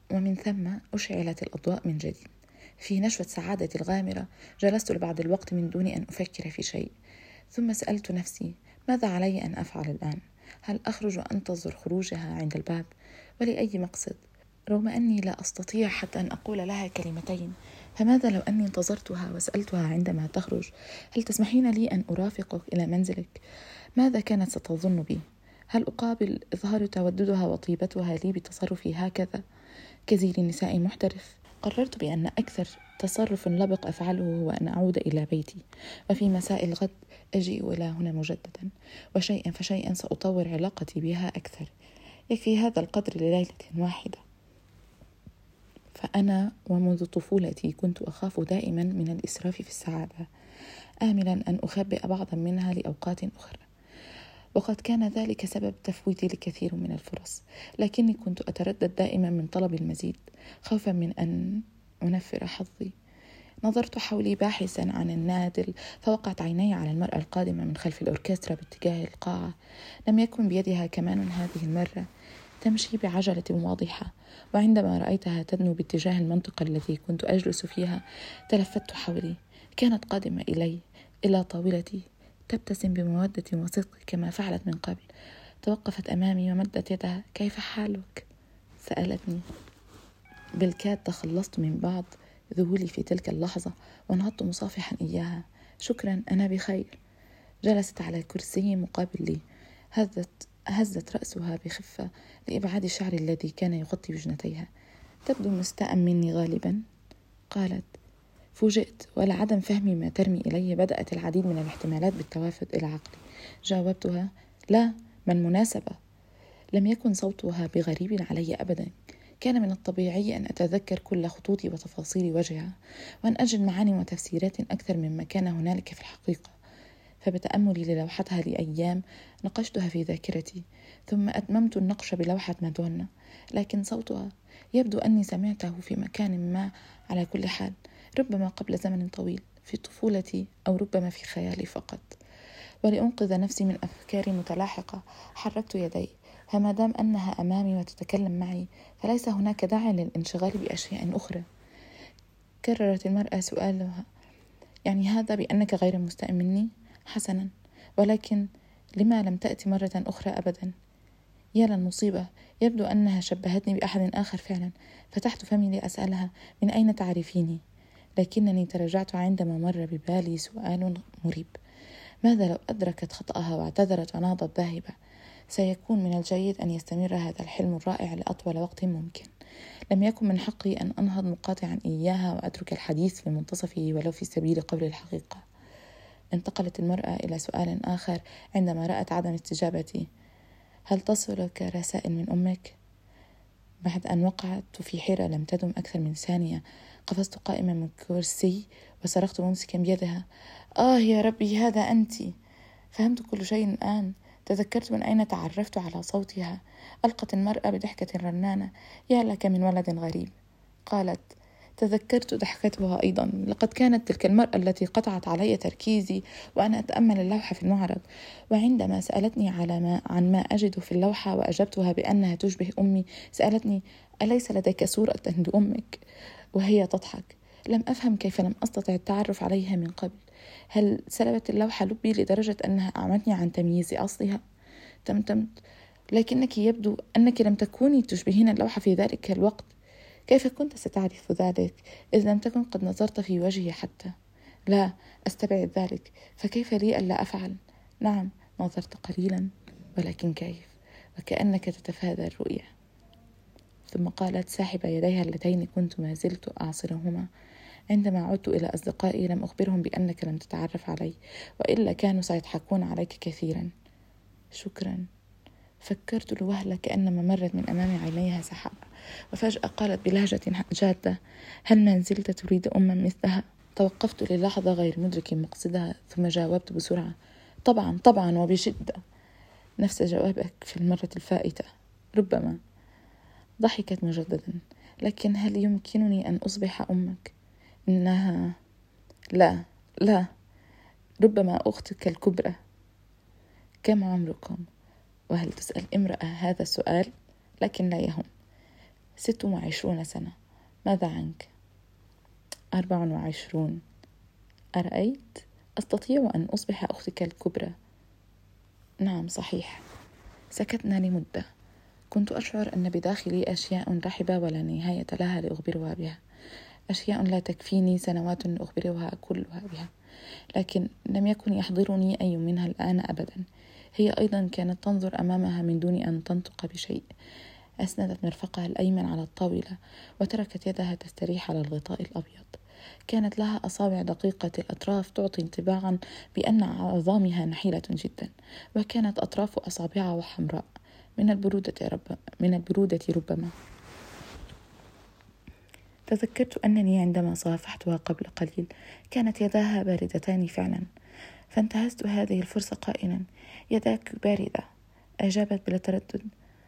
ومن ثم أشعلت الأضواء من جديد. في نشوة سعادتي الغامرة جلست لبعض الوقت من دون أن أفكر في شيء، ثم سألت نفسي: ماذا علي أن أفعل الآن؟ هل أخرج وأنتظر خروجها عند الباب؟ ولأي مقصد؟ رغم أني لا أستطيع حتى أن أقول لها كلمتين، فماذا لو أني انتظرتها وسألتها عندما تخرج: هل تسمحين لي أن أرافقك إلى منزلك؟ ماذا كانت ستظن بي؟ هل أقابل إظهار توددها وطيبتها لي بتصرفي هكذا كزير النساء محترف؟ قررت بأن أكثر تصرف لبق أفعله هو أن أعود إلى بيتي، وفي مساء الغد أجيء إلى هنا مجددا، وشيئا فشيئا سأطور علاقتي بها أكثر. يكفي هذا القدر لليلة واحدة. فأنا ومنذ طفولتي كنت أخاف دائما من الإسراف في السعادة، آملا أن أخبئ بعضا منها لأوقات أخرى، وقد كان ذلك سبب تفويتي لكثير من الفرص، لكني كنت أتردد دائما من طلب المزيد، خوفا من أن أنفر حظي. نظرت حولي باحثا عن النادل، فوقعت عيني على المرأة القادمة من خلف الأوركسترا باتجاه القاعة. لم يكن بيدها كمان هذه المرة، تمشي بعجلة واضحة، وعندما رأيتها تدنو باتجاه المنطقة التي كنت أجلس فيها تلفت حولي. كانت قادمة إلى طاولتي، تبتسم بمودة وصدق كما فعلت من قبل. توقفت أمامي ومدت يدها. كيف حالك؟ سألتني. بالكاد تخلصت من بعض ذهولي في تلك اللحظة ونهضت مصافحا إياها. شكرا، أنا بخير. جلست على الكرسي مقابل لي، هزت رأسها بخفة لإبعاد الشعر الذي كان يغطي وجنتيها. تبدو مستاء مني غالبا، قالت. فوجئت، ولعدم فهمي ما ترمي إليه بدأت العديد من الاحتمالات بالتوافد إلى عقلي. جاوبتها: لا، ما المناسبة؟ لم يكن صوتها بغريب علي أبدا. كان من الطبيعي أن أتذكر كل خطوط وتفاصيل وجهها، وأن أجد معاني وتفسيرات أكثر مما كان هنالك في الحقيقة. فبتأملي للوحتها لأيام نقشتها في ذاكرتي، ثم أتممت النقش بلوحة مادونا، لكن صوتها يبدو أني سمعته في مكان ما. على كل حال، ربما قبل زمن طويل في طفولتي، أو ربما في خيالي فقط. ولأنقذ نفسي من أفكار متلاحقة حركت يدي، فما دام أنها أمامي وتتكلم معي فليس هناك داعي للانشغال بأشياء أخرى. كررت المرأة سؤالها: يعني هذا بأنك غير مستاء مني؟ حسنا، ولكن لما لم تأتي مرة أخرى أبدا؟ يا للمصيبة، يبدو أنها شبهتني بأحد آخر فعلا. فتحت فمي لأسألها: من أين تعرفيني؟ لكنني تراجعت عندما مر ببالي سؤال مريب: ماذا لو أدركت خطأها واعتذرت ونهضت ذاهبة؟ سيكون من الجيد أن يستمر هذا الحلم الرائع لأطول وقت ممكن. لم يكن من حقي أن أنهض مقاطعا إياها وأترك الحديث في منتصفه ولو في سبيل قول الحقيقة. انتقلت المرأة إلى سؤال آخر عندما رأت عدم استجابتي: هل تصلك رسائل من أمك؟ بعد أن وقعت في حيرة لم تدم أكثر من ثانية، قفزت قائمة من كرسي وصرخت ممسكا بيدها: يا ربي، هذا أنت! فهمت كل شيء الآن. تذكرت من أين تعرفت على صوتها. ألقت المرأة بضحكة رنانة: يا لك من ولد غريب. قالت. تذكرت ضحكتها أيضا. لقد كانت تلك المرأة التي قطعت علي تركيزي وأنا أتأمل اللوحة في المعرض، وعندما سألتني عن ما أجد في اللوحة وأجبتها بأنها تشبه أمي، سألتني: أليس لديك صورة لأمك؟ وهي تضحك. لم أفهم كيف لم أستطع التعرف عليها من قبل. هل سلبت اللوحة لبي لدرجة أنها أعمتني عن تمييز أصلها؟ تمتمت: لكنك يبدو أنك لم تكوني تشبهين اللوحة في ذلك الوقت. كيف كنت ستعرف ذلك إذا لم تكن قد نظرت في وجهي حتى؟ لا، أستبعد ذلك. فكيف لي ألا أفعل؟ نعم، نظرت قليلا، ولكن كيف؟ وكأنك تتفادى الرؤية. ثم قالت ساحبة يديها اللتين كنت ما زلت أعصرهما: عندما عدت إلى أصدقائي لم أخبرهم بأنك لم تتعرف علي، وإلا كانوا سيضحكون عليك كثيرا. شكرا. فكرت لوهلة كأنما مرت من أمام عينيها سحابة، وفجأة قالت بلهجة جادة: هل ما زلت تريد أما مثلها؟ توقفت للحظة غير مدرك مقصدها، ثم جاوبت بسرعة: طبعا طبعا وبشدة. نفس جوابك في المرة الفائتة. ربما. ضحكت مجددا: لكن هل يمكنني أن أصبح أمك؟ إنها لا لا، ربما أختك الكبرى. كم عمركم؟ وهل تسأل امرأة هذا السؤال؟ لكن لا يهم. 26 سنة. ماذا عنك؟ 24. أرأيت؟ أستطيع أن أصبح أختك الكبرى. نعم صحيح. سكتنا لمدة. كنت أشعر أن بداخلي أشياء رحبة ولا نهاية لها لأخبرها بها، أشياء لا تكفيني سنوات لأخبرها كلها بها، لكن لم يكن يحضرني أي منها الآن أبدا. هي أيضا كانت تنظر أمامها من دون أن تنطق بشيء. أسندت مرفقها الأيمن على الطاولة وتركت يدها تستريح على الغطاء الأبيض. كانت لها أصابع دقيقة الأطراف تعطي انطباعا بأن عظامها نحيلة جدا، وكانت أطراف أصابعها حمراء من البرودة ربما. تذكرت أنني عندما صافحتها قبل قليل كانت يداها باردتان فعلا، فانتهزت هذه الفرصة قائلا: يداك باردة. أجابت بلا تردد: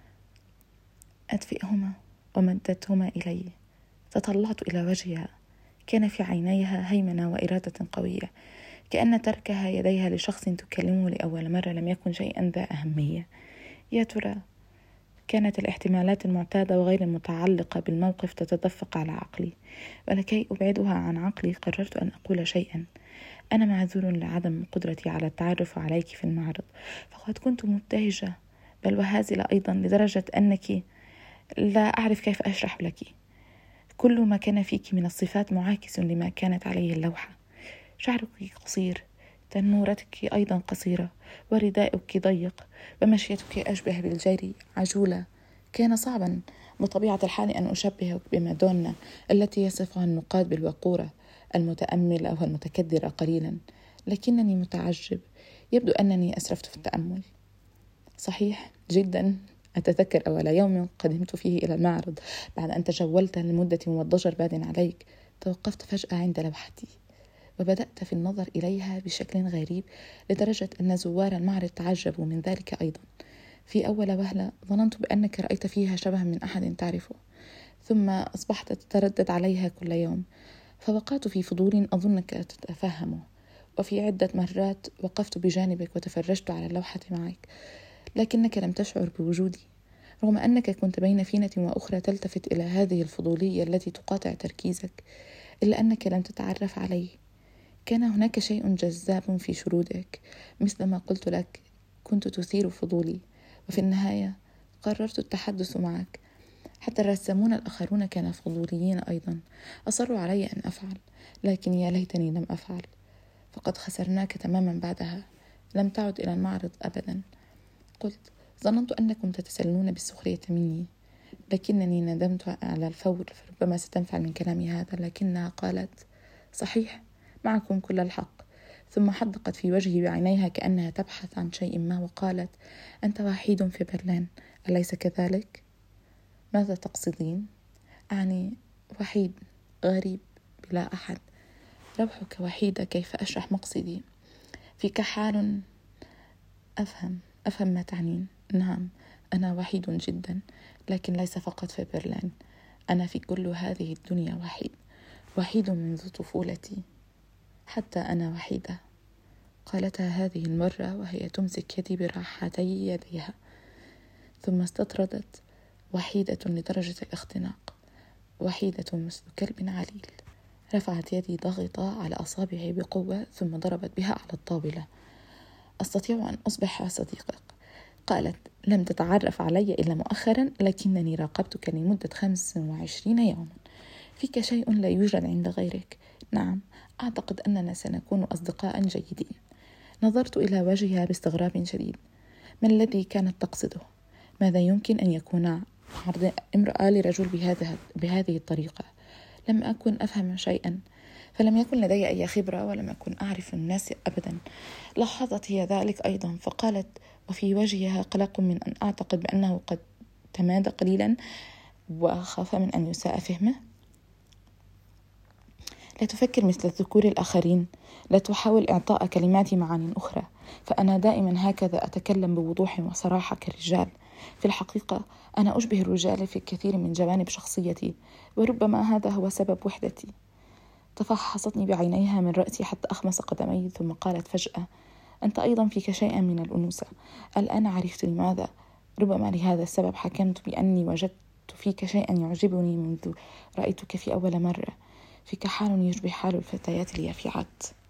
أدفئهما. ومدتهما إلي. تطلعت إلى وجهها. كان في عينيها هيمنة وإرادة قوية، كأن تركها يديها لشخص تكلمه لأول مرة لم يكن شيئا ذا أهمية. يا ترى؟ كانت الاحتمالات المعتادة وغير المتعلقة بالموقف تتدفق على عقلي، ولكي أبعدها عن عقلي قررت أن أقول شيئا: أنا معذور لعدم قدرتي على التعرف عليك في المعرض، فقد كنت مبتهجة بل وهازلة أيضا لدرجة أنك لا أعرف كيف أشرح لك. كل ما كان فيك من الصفات معاكس لما كانت عليه اللوحة. شعرك قصير، تنورتك أيضا قصيرة، ورداءك ضيق، ومشيتك أشبه بالجيري عجولة. كان صعبا بطبيعة الحال أن أشبهك بمادونا التي يصفها النقاد بالوقورة، المتأملة والمتكدرة قليلا، لكنني متعجب. يبدو أنني أسرفت في التأمل. صحيح جدا. أتذكر أول يوم قدمت فيه إلى المعرض بعد أن تجولت لمدة والضجر باد عليك، توقفت فجأة عند لوحتي وبدأت في النظر إليها بشكل غريب لدرجة أن زوار المعرض تعجبوا من ذلك أيضا. في أول وهلة ظننت بأنك رأيت فيها شبه من أحد تعرفه، ثم أصبحت تتردد عليها كل يوم، فوقعت في فضول أظنك تتفهمه. وفي عدة مرات وقفت بجانبك وتفرجت على اللوحة معك، لكنك لم تشعر بوجودي، رغم أنك كنت بين فينة وأخرى تلتفت إلى هذه الفضولية التي تقاطع تركيزك، إلا أنك لم تتعرف علي. كان هناك شيء جذاب في شرودك، مثلما قلت لك كنت تثير فضولي، وفي النهاية قررت التحدث معك. حتى الرسامون الآخرون كانوا فضوليين أيضا، أصروا علي أن أفعل، لكن يا ليتني لم أفعل، فقد خسرناك تماما بعدها. لم تعد إلى المعرض أبدا. قلت: ظننت أنكم تتسلون بالسخرية مني، لكنني ندمت على الفور، فربما ستنفعل من كلامي هذا. لكنها قالت: صحيح، معكم كل الحق. ثم حدقت في وجهي بعينيها كأنها تبحث عن شيء ما، وقالت: أنت وحيد في برلين، أليس كذلك؟ ماذا تقصدين؟ أعني وحيد، غريب، بلا أحد. روحك وحيدة. كيف أشرح مقصدي؟ فيك حال. أفهم ما تعنين. نعم، أنا وحيد جدا، لكن ليس فقط في برلين، أنا في كل هذه الدنيا وحيد منذ طفولتي. حتى أنا وحيدة. قالتها هذه المرة وهي تمسك يدي براحتي يديها، ثم استطردت: وحيدة لدرجة الاختناق، وحيدة مثل كلب عليل. رفعت يدي ضاغطة على أصابعي بقوة ثم ضربت بها على الطاولة. أستطيع أن أصبح صديقك. قالت: لم تتعرف علي إلا مؤخرا، لكنني راقبتك لمدة 25 يوما. فيك شيء لا يوجد عند غيرك. نعم، أعتقد أننا سنكون أصدقاء جيدين. نظرت إلى وجهها باستغراب شديد. ما الذي كانت تقصده؟ ماذا يمكن أن يكون عرض امرأة لرجل بهذه الطريقة؟ لم أكن أفهم شيئا، فلم يكن لدي أي خبرة ولم أكن أعرف الناس أبدا. لاحظت هي ذلك أيضا، فقالت وفي وجهها قلق من أن أعتقد بأنه قد تمادى قليلا وخاف من أن يساء فهمه: لا تفكر مثل الذكور الآخرين، لا تحاول إعطاء كلماتي معاني أخرى، فأنا دائما هكذا أتكلم بوضوح وصراحة كالرجال. في الحقيقة أنا أشبه الرجال في الكثير من جوانب شخصيتي، وربما هذا هو سبب وحدتي. تفحصتني بعينيها من رأسي حتى أخمص قدمي، ثم قالت فجأة: أنت أيضا فيك شيئا من الأنوثة. الآن عرفت لماذا. ربما لهذا السبب حكمت بأني وجدت لاحظت فيك شيئا يعجبني منذ رأيتك في أول مرة. فيك حال يشبه حال الفتيات اليافعات.